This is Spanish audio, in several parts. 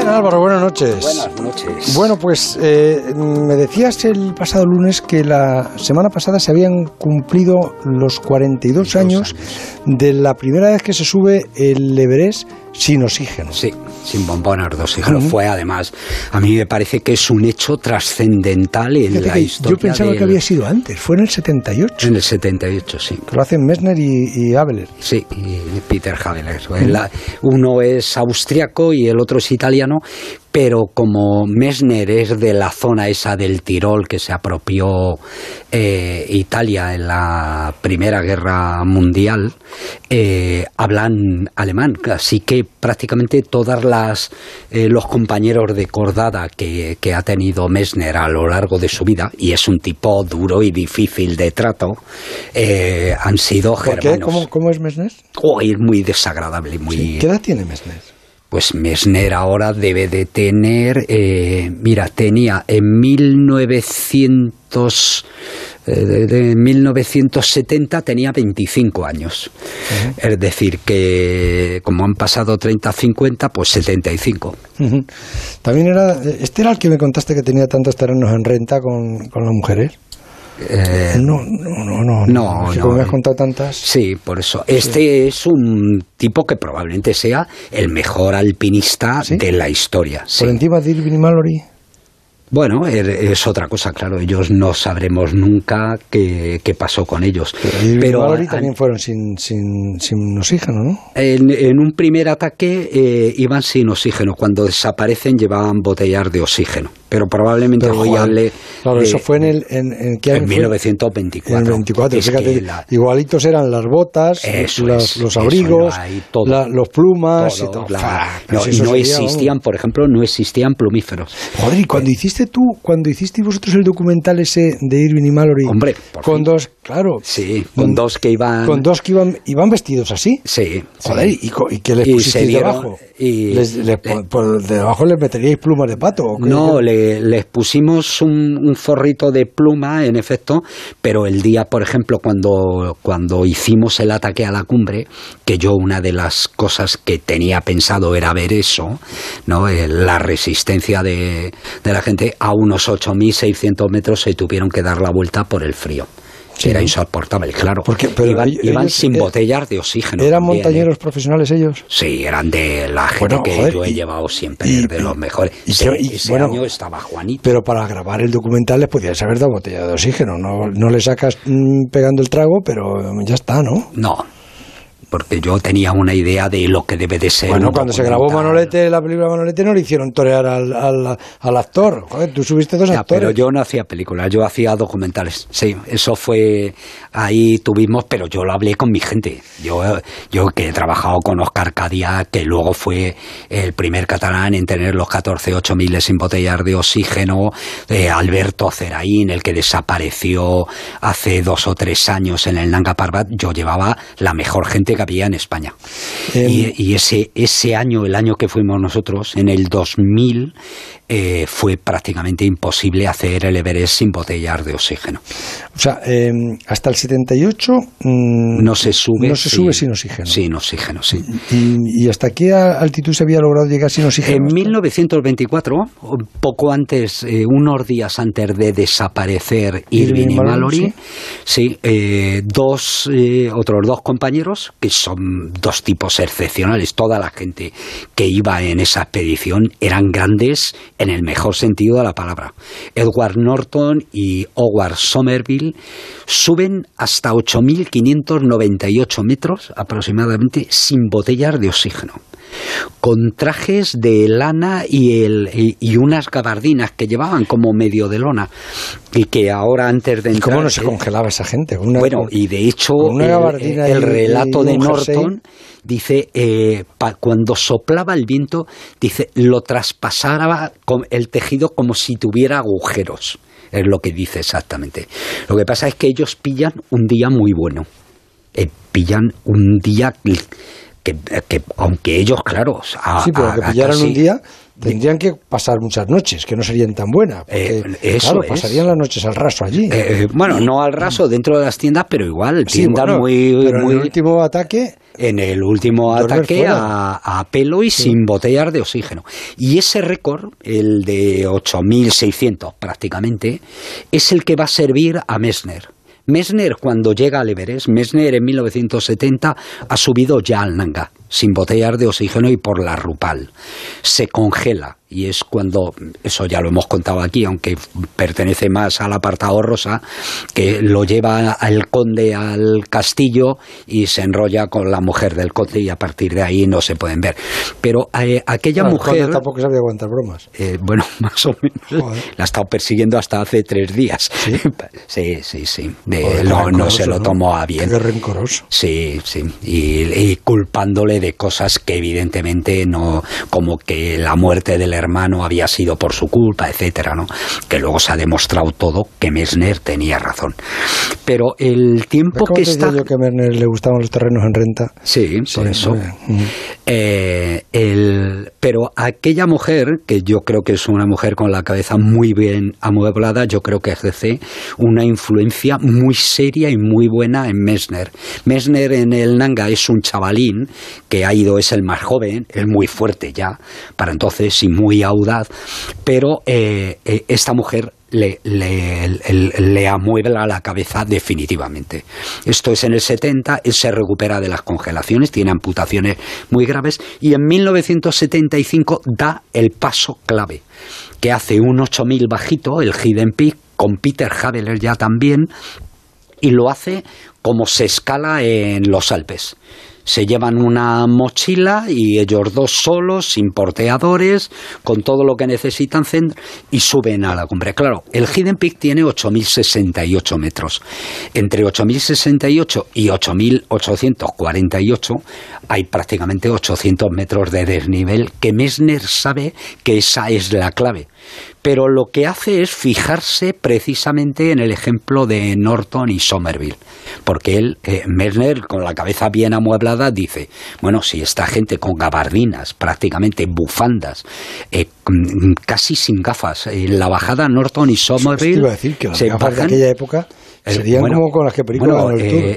Álvaro, buenas noches. Buenas noches. Bueno, pues me decías el pasado lunes que la semana pasada se habían cumplido los 42 años de la primera vez que se sube el Everest sin oxígeno. Sí, sin bombonas de oxígeno. Fue además, a mí me parece que es un hecho trascendental en la historia. Yo pensaba que había sido antes, fue en el 78. En el 78, sí. Que lo hacen Messner y Habeler. Sí, y Peter Habeler. Uno es austriaco y el otro es italiano, pero como Messner es de la zona esa del Tirol que se apropió Italia en la Primera Guerra Mundial, hablan alemán, así que prácticamente todas los compañeros de cordada que ha tenido Messner a lo largo de su vida, y es un tipo duro y difícil de trato, han sido germanos. ¿Por qué? ¿Cómo es Messner? Es muy desagradable. Sí. ¿Qué edad tiene Messner? Pues Messner ahora debe de tener, tenía en 1970 tenía 25 años. Uh-huh. Es decir, que como han pasado 30, 50, pues 75. Uh-huh. También era el que me contaste que tenía tantos terrenos en renta con las mujeres. No. Como me has contado tantas. Sí, por eso. Este es un tipo que probablemente sea el mejor alpinista de la historia. Sí. ¿Por encima de Irvine y Mallory? Bueno, es otra cosa, claro. Ellos no sabremos nunca qué pasó con ellos. Pero Mallory también fueron sin oxígeno, ¿no? En un primer ataque iban sin oxígeno. Cuando desaparecen llevaban botellas de oxígeno. Pero probablemente hoy hable... Claro, eso fue ¿en qué año? En 1924. En el 24, fíjate, igualitos eran las botas, los abrigos, los plumas y todo. No existían, por ejemplo, no existían plumíferos. Joder, y cuando hicisteis vosotros el documental ese de Irvine y Mallory, hombre, con dos, claro. Sí, con dos que iban... Con dos que iban vestidos así. Sí. Joder, ¿y qué les pusisteis debajo? ¿Por debajo les meteríais plumas de pato? ¿O no, les pusimos un forrito de pluma, en efecto, pero el día, por ejemplo, cuando hicimos el ataque a la cumbre, que yo una de las cosas que tenía pensado era ver eso, ¿no? La resistencia de la gente, a unos 8.600 metros se tuvieron que dar la vuelta por el frío. Sí, era insoportable, claro. Pero iban sin botellas de oxígeno. ¿Eran montañeros profesionales ellos? Sí, eran de la gente yo he llevado siempre, de los mejores. Ese año estaba Juanito. Pero para grabar el documental les podías haber dado botella de oxígeno. No le sacas pegando el trago, pero ya está, ¿no? No. Porque yo tenía una idea de lo que debe de ser. Bueno, cuando se grabó Manolete, la película Manolete, no le hicieron torear al actor. Joder, tú subiste dos actores. Pero yo no hacía películas, yo hacía documentales. Sí, eso fue... Ahí tuvimos, pero yo lo hablé con mi gente. Yo que he trabajado con Óscar Cadia, que luego fue el primer catalán en tener los 14 miles sin botellas de oxígeno. Alberto Zeraín, el que desapareció hace 2 o 3 años en el Nanga Parbat. Yo llevaba la mejor gente que había en España. Y ese año, el año que fuimos nosotros, en el 2000, fue prácticamente imposible hacer el Everest sin botellas de oxígeno. O sea, hasta el 78 no se sube sin oxígeno. Sin oxígeno, sí. ¿Y hasta qué altitud se había logrado llegar sin oxígeno? En 1924, poco antes, unos días antes de desaparecer Irvine y Mallory, otros dos compañeros, que son dos tipos excepcionales. Toda la gente que iba en esa expedición eran grandes en el mejor sentido de la palabra. Edward Norton y Howard Somerville suben hasta 8.598 metros aproximadamente sin botellas de oxígeno, con trajes de lana y unas gabardinas que llevaban como medio de lona, y que ahora antes de entrar... ¿Cómo no se congelaba esa gente? Y de hecho el relato de Norton dice, cuando soplaba el viento, dice, lo traspasaba el tejido como si tuviera agujeros. Es lo que dice exactamente. Lo que pasa es que ellos pillan un día muy bueno. Pillan un día que aunque ellos, claro... pero que pillaran un día... Tendrían que pasar muchas noches, que no serían tan buenas. Porque, pasarían las noches al raso allí. No al raso dentro de las tiendas, pero igual, tiendas pero en el último ataque... en el último ataque a pelo y sin botellas de oxígeno. Y ese récord, el de 8.600 prácticamente, es el que va a servir a Messner. Messner, cuando llega al Everest, Messner en 1970 ha subido ya al Nanga, sin botellas de oxígeno y por la Rupal. Se congela, y es cuando, eso ya lo hemos contado aquí, aunque pertenece más al apartado rosa, que lo lleva el conde al castillo y se enrolla con la mujer del conde y a partir de ahí no se pueden ver. Pero aquella mujer... El conde tampoco sabía aguantar bromas. Bueno, más o menos. Joder. La ha estado persiguiendo hasta hace 3 días. Sí. Sí. No se lo tomó a bien. Qué rencoroso. Sí. Y culpándole de cosas que evidentemente no, como que la muerte del hermano había sido por su culpa, etcétera, ¿no? Que luego se ha demostrado todo que Messner tenía razón. Pero el tiempo que está... ¿Cómo te decía yo que a Messner le gustaban los terrenos en renta? Sí, por eso. Pero aquella mujer, que yo creo que es una mujer con la cabeza muy bien amueblada, yo creo que ejerce una influencia muy seria y muy buena en Messner. Messner en el Nanga es un chavalín que ha ido, es el más joven, es muy fuerte ya, para entonces, y muy audaz, pero esta mujer le amuebla la cabeza definitivamente. Esto es en el 70, él se recupera de las congelaciones, tiene amputaciones muy graves y en 1975 da el paso clave, que hace un 8000 bajito, el Hidden Peak, con Peter Habeler ya también, y lo hace como se escala en los Alpes. Se llevan una mochila y ellos dos solos, sin porteadores, con todo lo que necesitan, y suben a la cumbre. Claro, el Hidden Peak tiene 8.068 metros. Entre 8.068 y 8.848 hay prácticamente 800 metros de desnivel, que Messner sabe que esa es la clave. Pero lo que hace es fijarse precisamente en el ejemplo de Norton y Somerville, porque él, Messner, con la cabeza bien amueblada, dice, bueno, si esta gente con gabardinas, prácticamente bufandas, casi sin gafas, en la bajada Norton y Somerville... Iba a decir que las gafas de aquella época serían como con las que películas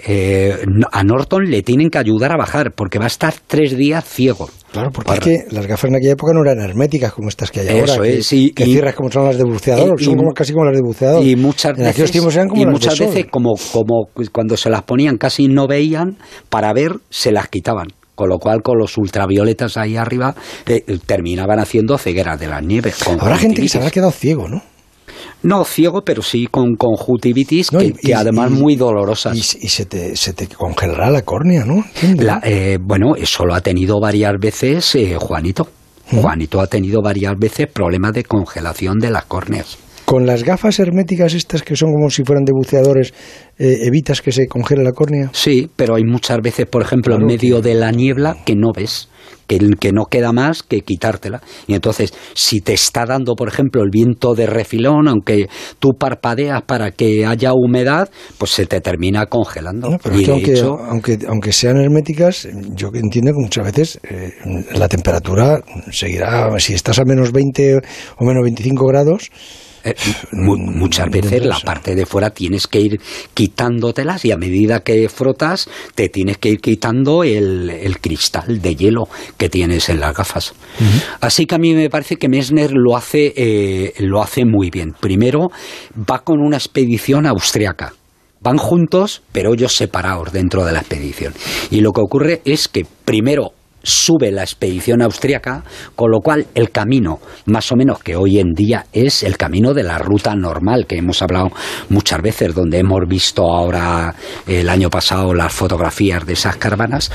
a Norton le tienen que ayudar a bajar, porque va a estar 3 días ciego. Claro, porque es que las gafas en aquella época no eran herméticas como estas que hay ahora. Eso es, que cierras como son las de buceador, son casi como las de buceador. Y muchas en aquellos tiempos eran como y las muchas de veces, como cuando se las ponían casi no veían, para ver se las quitaban. Con lo cual, con los ultravioletas ahí arriba, terminaban haciendo cegueras de las nieves. Habrá gente que se habrá quedado ciego, ¿no? No ciego, pero sí con conjuntivitis, que además muy dolorosas. Y se te congelará la córnea, ¿no? Bueno, eso lo ha tenido varias veces Juanito. Juanito ha tenido varias veces problemas de congelación de las córneas. ¿Con las gafas herméticas estas que son como si fueran de buceadores, evitas que se congele la córnea? Sí, pero hay muchas veces, por ejemplo, en medio de la niebla, que no ves, que no queda más que quitártela. Y entonces, si te está dando, por ejemplo, el viento de refilón, aunque tú parpadeas para que haya humedad, pues se te termina congelando. No, pero y es que aunque sean herméticas, yo entiendo que muchas veces la temperatura seguirá, si estás a menos 20 o menos 25 grados... muchas veces la parte de fuera tienes que ir quitándotelas y a medida que frotas te tienes que ir quitando el cristal de hielo que tienes en las gafas. Así que a mí me parece que Messner lo hace muy bien. Primero va con una expedición austriaca. Van juntos, pero ellos separados dentro de la expedición. Y lo que ocurre es que primero sube la expedición austríaca, con lo cual el camino, más o menos que hoy en día es el camino de la ruta normal, que hemos hablado muchas veces, donde hemos visto ahora el año pasado las fotografías de esas caravanas,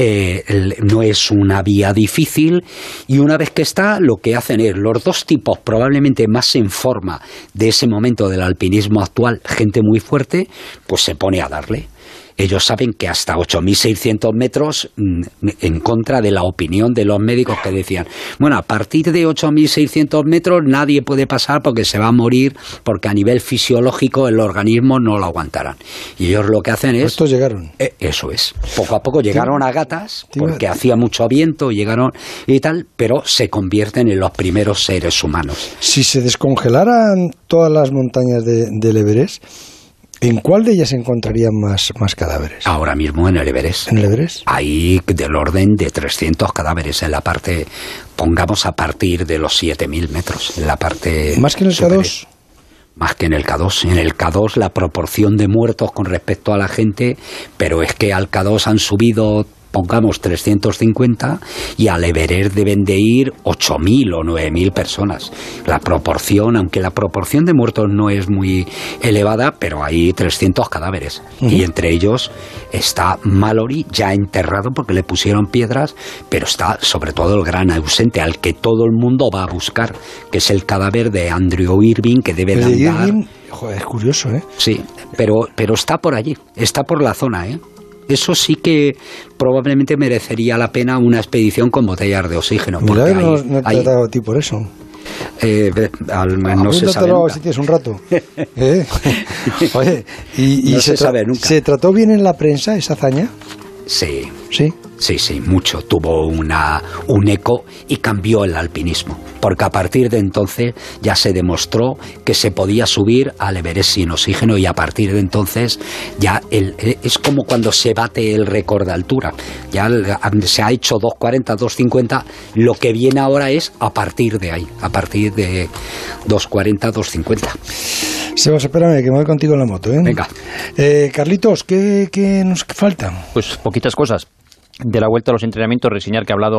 no es una vía difícil, y una vez que está, lo que hacen es los dos tipos probablemente más en forma de ese momento del alpinismo actual, gente muy fuerte, pues se pone a darle. Ellos saben que hasta 8.600 metros, en contra de la opinión de los médicos que decían, bueno, a partir de 8.600 metros nadie puede pasar porque se va a morir, porque a nivel fisiológico el organismo no lo aguantarán. Y ellos lo que hacen es... Estos llegaron. Eso es. Poco a poco llegaron a gatas, porque hacía mucho viento, llegaron y tal, pero se convierten en los primeros seres humanos. Si se descongelaran todas las montañas del Everest... ¿En cuál de ellas se encontrarían más cadáveres? Ahora mismo en el Everest. ¿En el Everest? Hay del orden de 300 cadáveres en la parte, pongamos a partir de los 7.000 metros, en la parte ¿Más que en el superior. K2? Más que en el K2. En el K2 la proporción de muertos con respecto a la gente, pero es que al K2 han subido, pongamos 350, y al Everest deben de ir 8.000 o 9.000 personas. La proporción, aunque la proporción de muertos no es muy elevada, pero hay 300 cadáveres. Y entre ellos está Mallory, ya enterrado porque le pusieron piedras, pero está sobre todo el gran ausente, al que todo el mundo va a buscar, que es el cadáver de Andrew Irving, que debe de andar... Irving, joder, es curioso, ¿eh? Sí, pero está por allí, está por la zona, ¿eh? Eso sí que probablemente merecería la pena una expedición con botellas de oxígeno. Mira, no te he tratado a ti por eso. No se sabe nunca. Si tienes un rato. Oye, y no se sabe nunca. ¿Se trató bien en la prensa esa hazaña? Sí. ¿Sí? Sí, mucho. Tuvo un eco y cambió el alpinismo, porque a partir de entonces ya se demostró que se podía subir al Everest sin oxígeno, y a partir de entonces ya es como cuando se bate el récord de altura. Ya se ha hecho 2.40, 2.50, lo que viene ahora es a partir de ahí, a partir de 2.40, 2.50. Sebas, espérame, que me voy contigo en la moto, ¿eh? Venga. Carlitos, ¿qué nos falta? Pues poquitas cosas. De la vuelta a los entrenamientos, reseñar que ha hablado